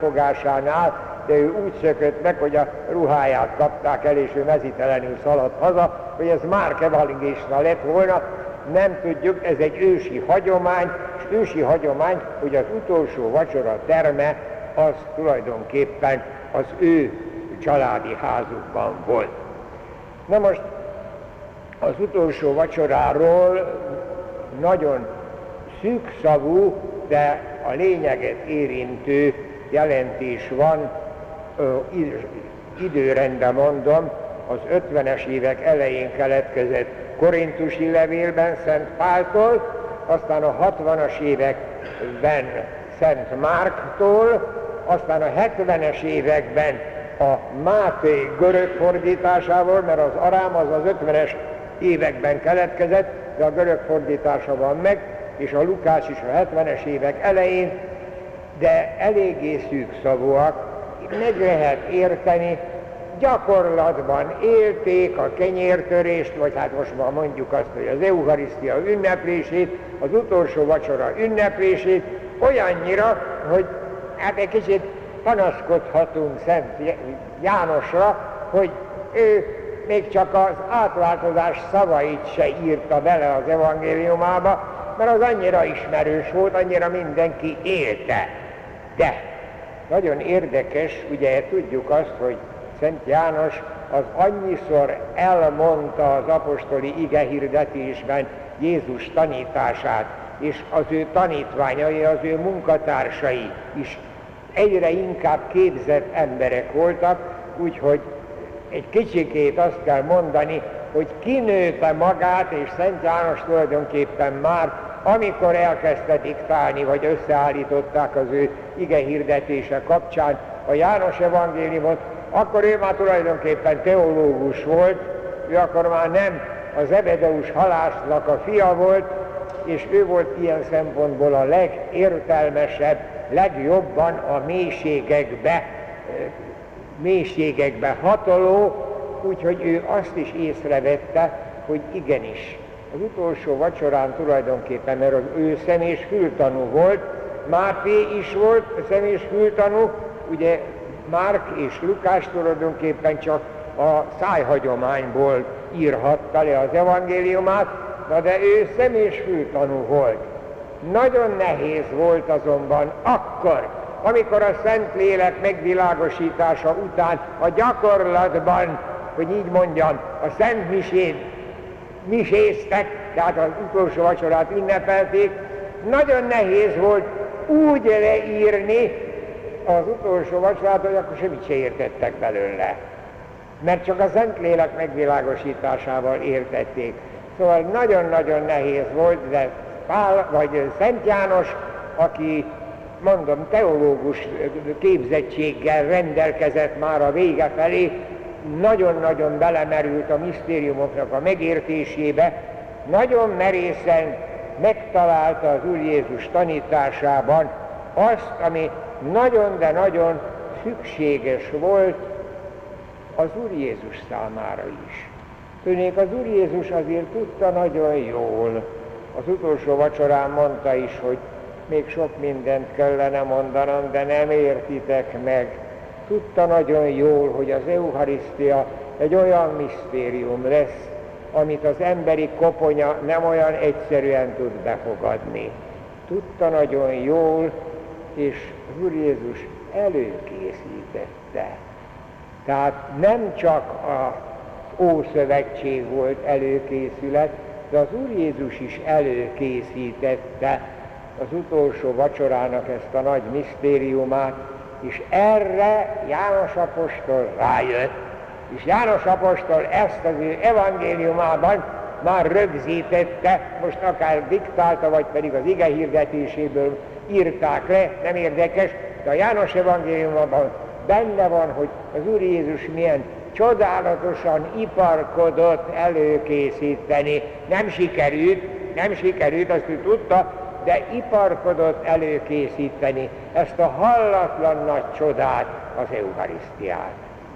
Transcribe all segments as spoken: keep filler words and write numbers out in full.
fogásánál, de ő úgy szökött meg, hogy a ruháját kapták el, és ő mezítelenül szaladt haza, hogy ez Márk evangélista lett volna. Nem tudjuk, ez egy ősi hagyomány, és ősi hagyomány, hogy az utolsó vacsora terme az tulajdonképpen az ő családi házukban volt. Na most az utolsó vacsoráról nagyon szűkszavú, de a lényeget érintő jelentés van, ö, időrendben mondom, az ötvenes évek elején keletkezett korintusi levélben Szent Páltól, aztán a hatvanas években Szent Márktól, aztán a hetvenes években a Máté görög fordításával, mert az arám az az ötvenes években keletkezett, de a görög fordítása van meg, és a Lukács is a hetvenes évek elején, de eléggé szűkszavúak, meg lehet érteni, gyakorlatban élték a kenyértörést, vagy hát most már mondjuk azt, hogy az eucharisztia ünneplését, az utolsó vacsora ünneplését, olyannyira, hogy hát egy kicsit panaszkodhatunk Szent Jánosra, hogy ő még csak az átváltozás szavait se írta bele az evangéliumába, mert az annyira ismerős volt, annyira mindenki élte. De nagyon érdekes, ugye tudjuk azt, hogy Szent János az annyiszor elmondta az apostoli igehirdetésben Jézus tanítását, és az ő tanítványai, az ő munkatársai is egyre inkább képzett emberek voltak, úgyhogy egy kicsikét azt kell mondani, hogy kinőtte magát, és Szent János tulajdonképpen már, amikor elkezdte diktálni, vagy összeállították az ő igehirdetése kapcsán a János evangéliumot, akkor ő már tulajdonképpen teológus volt, ő akkor már nem az Zebedeus halásznak a fia volt, és ő volt ilyen szempontból a legértelmesebb, legjobban a mélységekbe, mélységekbe hatoló, úgyhogy ő azt is észrevette, hogy igenis, az utolsó vacsorán tulajdonképpen, mert az ő szem- és fültanú volt, Máté is volt szem- és fültanú, ugye Márk és Lukás tulajdonképpen csak a szájhagyományból írhatta le az evangéliumát, na de ő szem- és fültanú volt. Nagyon nehéz volt azonban akkor, amikor a Szentlélek megvilágosítása után a gyakorlatban, hogy így mondjam, a Szent Misét miséztek, tehát az utolsó vacsorát ünnepelték, nagyon nehéz volt úgy leírni az utolsó vacsorát, hogy akkor semmit se értettek belőle. Mert csak a Szentlélek megvilágosításával értették. Szóval nagyon-nagyon nehéz volt, de Pál, vagy Szent János, aki, mondom, teológus képzettséggel rendelkezett már a vége felé, nagyon-nagyon belemerült a misztériumoknak a megértésébe, nagyon merészen megtalálta az Úr Jézus tanításában azt, ami nagyon, de nagyon szükséges volt az Úr Jézus számára is. Tudnék, az Úr Jézus azért tudta nagyon jól, az utolsó vacsorán mondta is, hogy még sok mindent kellene mondanom, de nem értitek meg. Tudta nagyon jól, hogy az eucharisztia egy olyan misztérium lesz, amit az emberi koponya nem olyan egyszerűen tud befogadni. Tudta nagyon jól, és az Úr Jézus előkészítette. Tehát nem csak az Ószövetség volt előkészület, de az Úr Jézus is előkészítette az utolsó vacsorának ezt a nagy misztériumát, és erre János apostol rájött, és János apostol ezt az ő evangéliumában már rögzítette, most akár diktálta, vagy pedig az ige hirdetéséből írták le, nem érdekes, de a János evangéliumában benne van, hogy az Úr Jézus milyen csodálatosan iparkodott előkészíteni. Nem sikerült, nem sikerült, azt ő tudta, de iparkodott előkészíteni ezt a hallatlan nagy csodát, az eucharisztiát.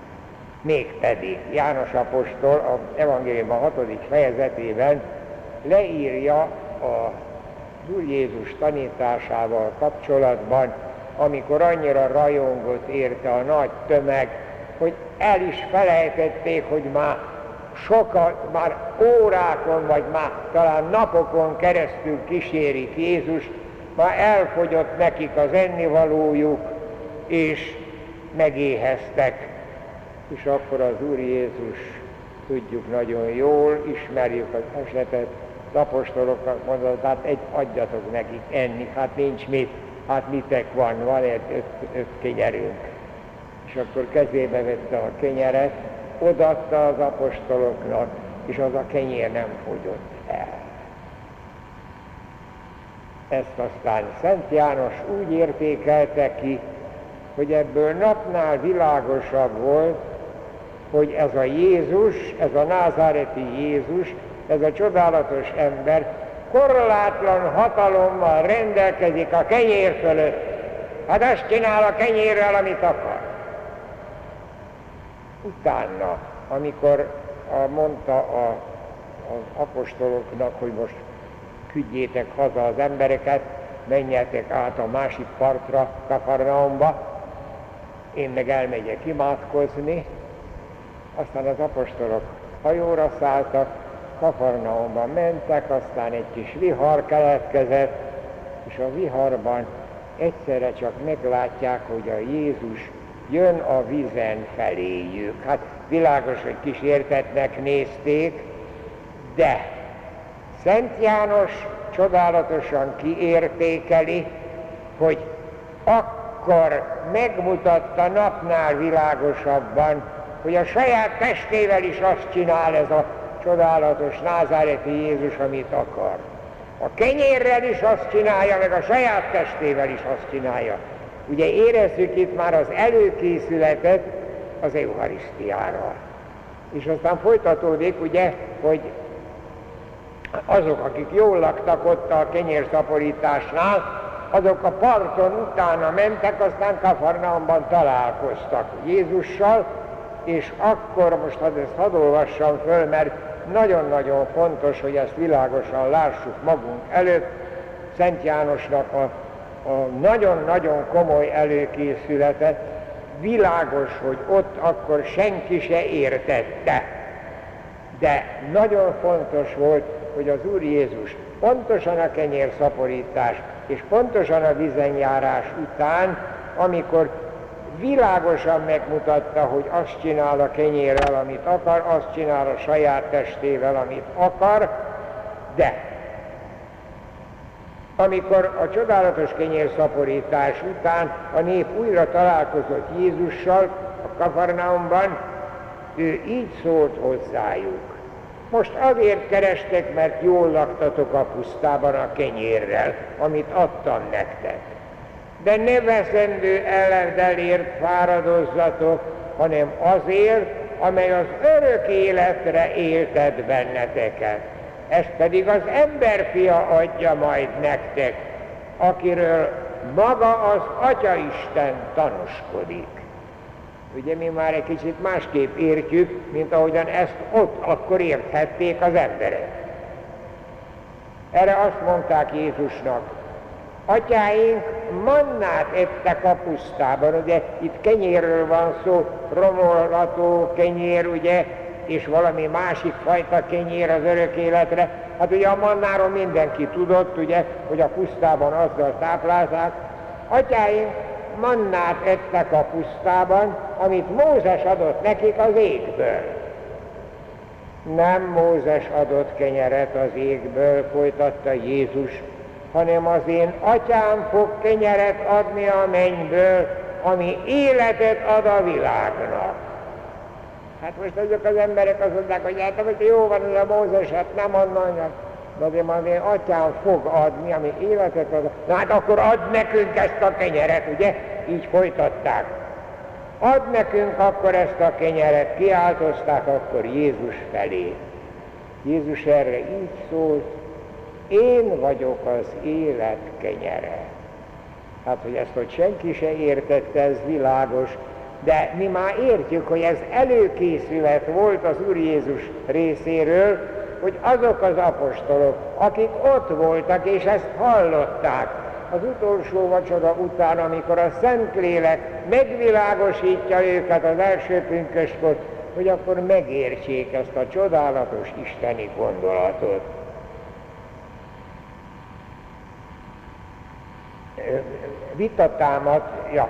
Mégpedig János apostol az evangélium a hatodik fejezetében leírja az Úr Jézus tanításával kapcsolatban amikor annyira rajongott érte a nagy tömeg, hogy el is felejtették, hogy már sokat, már órákon, vagy már talán napokon keresztül kísérik Jézust, már elfogyott nekik az ennivalójuk, és megéheztek. És akkor az Úr Jézus, tudjuk nagyon jól, ismerjük az esetet, az apostoloknak mondott, hát egy adjatok nekik enni, hát nincs mit, hát mitek van, van egy öt, öt kenyerünk. És akkor kezébe vette a kenyeret, odaadta az apostoloknak, és az a kenyér nem fogyott el. Ezt aztán Szent János úgy értékelte ki, hogy ebből napnál világosabb volt, hogy ez a Jézus, ez a názáreti Jézus, ez a csodálatos ember korlátlan hatalommal rendelkezik a kenyér fölött. Hát azt csinál a kenyérrel, amit akar. Utána, amikor a, mondta a, az apostoloknak, hogy most küldjétek haza az embereket, menjetek át a másik partra, Kafarnaumba, én meg elmegyek imádkozni, aztán az apostolok hajóra szálltak, Kafarnaumba mentek, aztán egy kis vihar keletkezett, és a viharban egyszerre csak meglátják, hogy a Jézus jön a vízen feléjük. Hát világos, hogy kísértetnek nézték, de Szent János csodálatosan kiértékeli, hogy akkor megmutatta napnál világosabban, hogy a saját testével is azt csinál ez a csodálatos názáreti Jézus, amit akar. A kenyérrel is azt csinálja, meg a saját testével is azt csinálja. Ugye érezzük itt már az előkészületet az Eucharisztiára. És aztán folytatódik, ugye, hogy azok, akik jól laktak ott a kenyérszaporításnál, azok a parton utána mentek, aztán Kafarnaumban találkoztak Jézussal, és akkor most hadd ezt hadd olvassam föl, mert nagyon-nagyon fontos, hogy ezt világosan lássuk magunk előtt, Szent Jánosnak a, a nagyon-nagyon komoly előkészületet, világos, hogy ott akkor senki se értette. De nagyon fontos volt, hogy az Úr Jézus pontosan a kenyérszaporítás és pontosan a vízenjárás után, amikor világosan megmutatta, hogy azt csinál a kenyérrel, amit akar, azt csinál a saját testével, amit akar, de amikor a csodálatos kenyérszaporítás után a nép újra találkozott Jézussal a Kafarnaumban, ő így szólt hozzájuk. Most azért kerestek, mert jól laktatok a pusztában a kenyérrel, amit adtam nektek. De ne veszendő ellendelért fáradozzatok, hanem azért, amely az örök életre éltet benneteket. Ezt pedig az emberfia adja majd nektek, akiről maga az Atyaisten tanúskodik. Ugye mi már egy kicsit másképp értjük, mint ahogyan ezt ott akkor érthették az emberek. Erre azt mondták Jézusnak, atyáink mannát ettek a pusztában, ugye itt kenyérről van szó, romolható kenyér, ugye, és valami másik fajta kenyér az örök életre. Hát ugye a mannáról mindenki tudott, ugye, hogy a pusztában azzal táplálták. Atyáink mannát ettek a pusztában, amit Mózes adott nekik az égből. Nem Mózes adott kenyeret az égből, folytatta Jézus, hanem az én atyám fog kenyeret adni a mennyből, ami életet ad a világnak. Hát most azok az emberek azt mondják, hogy hát hogy jó van az a Mózes, hát nem annak, de az én atyám fog adni, ami életet ad. Na hát akkor add nekünk ezt a kenyeret, ugye? Így folytatták. Add nekünk akkor ezt a kenyeret, kiáltozták akkor Jézus felé. Jézus erre így szólt, én vagyok az élet kenyere. Hát, hogy ezt, hogy senki se értette, ez világos, de mi már értjük, hogy ez előkészület volt az Úr Jézus részéről, hogy azok az apostolok, akik ott voltak és ezt hallották, az utolsó vacsora után, amikor a Szentlélek megvilágosítja őket az első pünköstkor, hogy akkor megértsék ezt a csodálatos isteni gondolatot. Vitatámat, ja,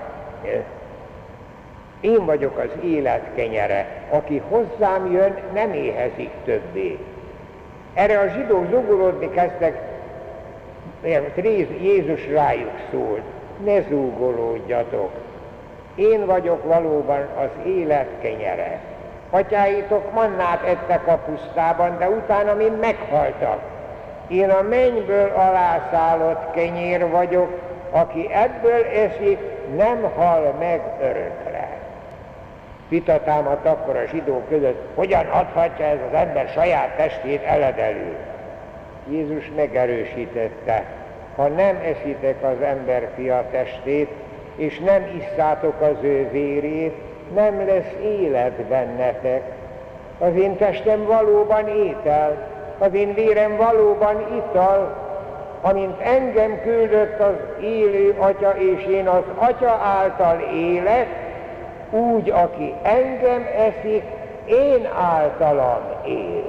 én vagyok az élet kenyere, aki hozzám jön, nem éhezik többé. Erre a zsidók zúgolódni kezdtek, mert Jézus rájuk szólt, ne zúgolódjatok, én vagyok valóban az élet kenyere. Atyáitok mannát ettek a pusztában, de utána mind meghaltak. Én a mennyből alászállott kenyér vagyok, aki ebből eszik, nem hal meg örökre. Vita támadt akkor a zsidók között, hogyan adhatja ez az ember saját testét eledelül. Jézus megerősítette, ha nem eszitek az ember fia testét, és nem isszátok az ő vérét, nem lesz élet bennetek. Az én testem valóban étel, az én vérem valóban ital, amint engem küldött az élő Atya, és én az Atya által élek, úgy, aki engem eszik, én általam él.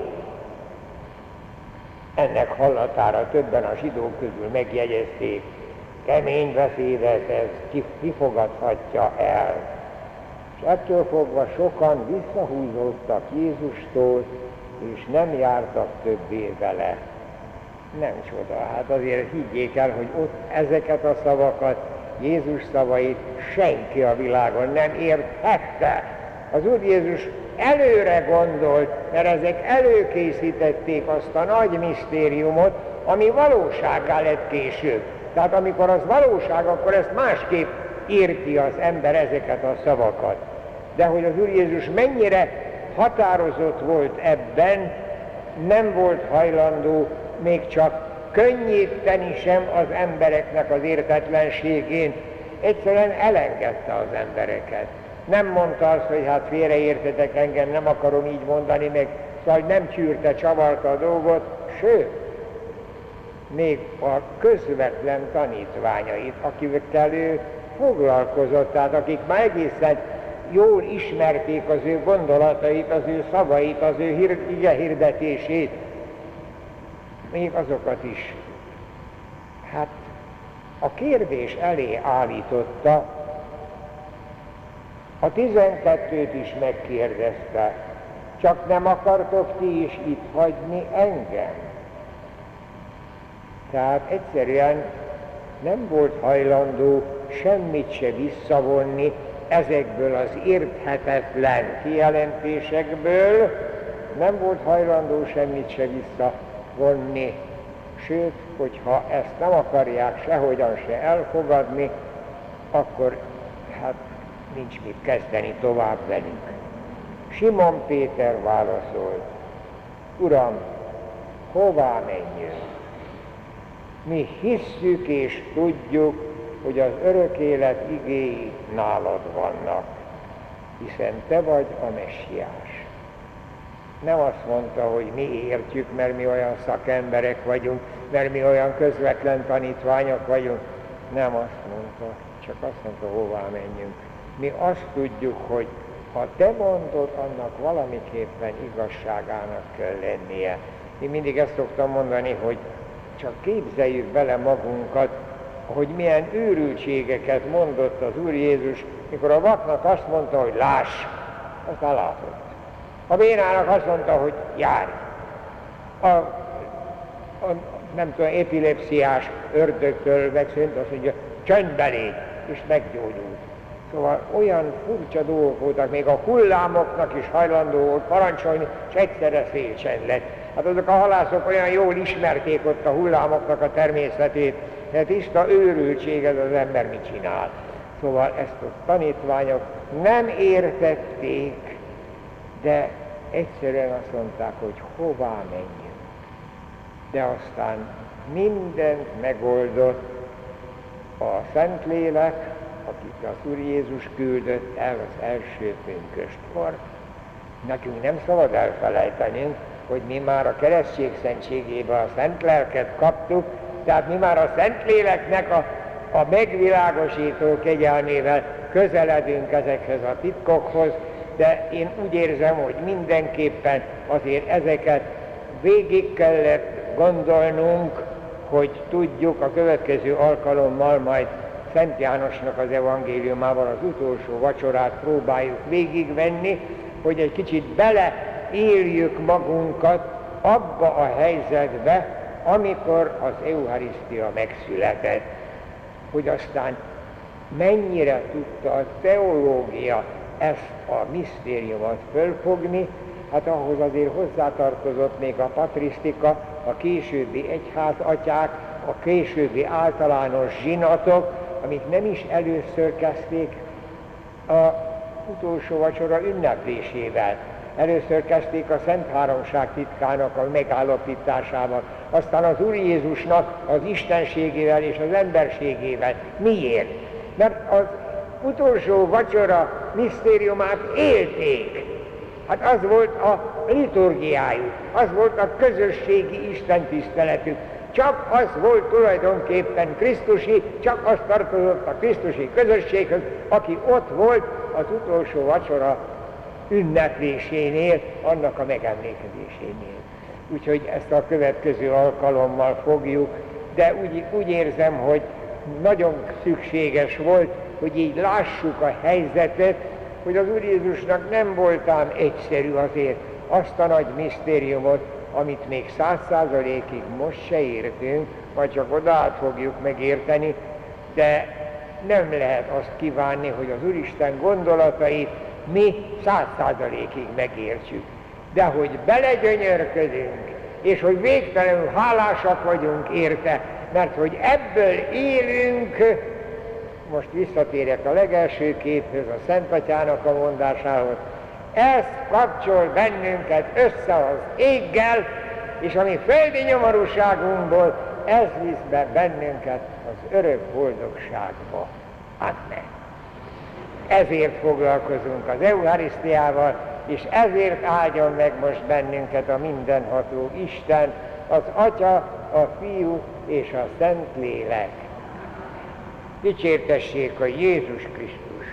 Ennek hallatára többen a zsidók közül megjegyezték, kemény beszédet ez ki, kifogadhatja el. És ettől fogva sokan visszahúzódtak Jézustól, és nem jártak többé vele. Nem csoda, hát azért higgyék el, hogy ott ezeket a szavakat, Jézus szavait senki a világon nem érthette. Az Úr Jézus előre gondolt, mert ezek előkészítették azt a nagy misztériumot, ami valósággá lett később. Tehát amikor az valóság, akkor ezt másképp érti az ember ezeket a szavakat. De hogy az Úr Jézus mennyire határozott volt ebben, nem volt hajlandó még csak könnyíteni sem az embereknek az értetlenségén, egyszerűen elengedte az embereket. Nem mondta azt, hogy hát félreértetek engem, nem akarom így mondani, meg szóval nem csűrte, csavarta a dolgot, sőt, még a közvetlen tanítványait, akikkel ő foglalkozott, tehát akik már egészen jól ismerték az ő gondolatait, az ő szavait, az ő ige hirdetését, még azokat is. Hát a kérdés elé állította, a tizenkettőt is megkérdezte, csak nem akartok ti is itt hagyni engem? Tehát egyszerűen nem volt hajlandó semmit se visszavonni ezekből az érthetetlen kijelentésekből, nem volt hajlandó semmit se visszavonni, sőt, hogyha ezt nem akarják sehogyan se elfogadni, akkor hát nincs mit kezdeni tovább velünk. Simon Péter válaszolt, Uram, hová menjünk? Mi hisszük és tudjuk, hogy az örök élet igéi nálad vannak, hiszen te vagy a Messiás. Nem azt mondta, hogy mi értjük, mert mi olyan szakemberek vagyunk, mert mi olyan közvetlen tanítványok vagyunk. Nem azt mondta, csak azt mondta, hová menjünk. Mi azt tudjuk, hogy ha te mondod, annak valamiképpen igazságának kell lennie. Én mindig ezt szoktam mondani, hogy csak képzeljük bele magunkat, hogy milyen őrültségeket mondott az Úr Jézus, mikor a vaknak azt mondta, hogy láss, aztán látott. A bénának azt mondta, hogy járj. A, a nem tudom, epilepsziás ördögtől megszűnt, azt mondja, csöndbe légy, és meggyógyult. Szóval olyan furcsa dolgok voltak, még a hullámoknak is hajlandó volt parancsolni, és egyszerre szélcsend lett. Hát azok a halászok olyan jól ismerték ott a hullámoknak a természetét, mert tiszta őrültség ez az ember mit csinál. Szóval ezt a tanítványok nem értették, de egyszerűen azt mondták, hogy hová menjünk. De aztán mindent megoldott a Szentlélek, akit az Úr Jézus küldött el az első pünköstkor. Nekünk nem szabad elfelejtenünk, hogy mi már a keresztség szentségében a Szent Lelket kaptuk, tehát mi már a Szentléleknek a a megvilágosító kegyelmével közeledünk ezekhez a titkokhoz, de én úgy érzem, hogy mindenképpen azért ezeket végig kellett gondolnunk, hogy tudjuk a következő alkalommal majd Szent Jánosnak az evangéliumával az utolsó vacsorát próbáljuk végigvenni, hogy egy kicsit beleéljük magunkat abba a helyzetbe, amikor az eucharisztia megszületett. Hogy aztán mennyire tudta a teológia ezt a misztériumot fölfogni, hát ahhoz azért hozzátartozott még a patrisztika, a későbbi egyházatyák, a későbbi általános zsinatok, amik nem is először kezdték az utolsó vacsora ünneplésével. Először kezdték a Szent Háromság titkának a megállapításával, aztán az Úr Jézusnak az istenségével és az emberségével. Miért? Mert az utolsó vacsora misztériumát élték. Hát az volt a liturgiájuk, az volt a közösségi istentiszteletük. Csak az volt tulajdonképpen krisztusi, csak az tartozott a krisztusi közösséghez, aki ott volt az utolsó vacsora ünneplésénél, annak a megemlékezésénél. Úgyhogy ezt a következő alkalommal fogjuk, de úgy, úgy érzem, hogy nagyon szükséges volt, hogy így lássuk a helyzetet, hogy az Úr Jézusnak nem voltám egyszerű azért azt a nagy misztériumot, amit még száz százalékig most se értünk, majd csak oda át fogjuk megérteni, de nem lehet azt kívánni, hogy az Úristen gondolatait mi száz százalékig megértsük. De hogy belegyönyörködünk, és hogy végtelenül hálásak vagyunk érte, mert hogy ebből élünk, most visszatérek a legelső képhez, a Szent Atyának a mondásához, ez kapcsol bennünket össze az éggel, és a mi földi nyomorúságunkból ez visz be bennünket az örök boldogságba. Amen. Ezért foglalkozunk az eucharisztiával, és ezért áldjon meg most bennünket a mindenható Isten, az Atya, a Fiú és a Szentlélek. Dicsértessék a Jézus Krisztus!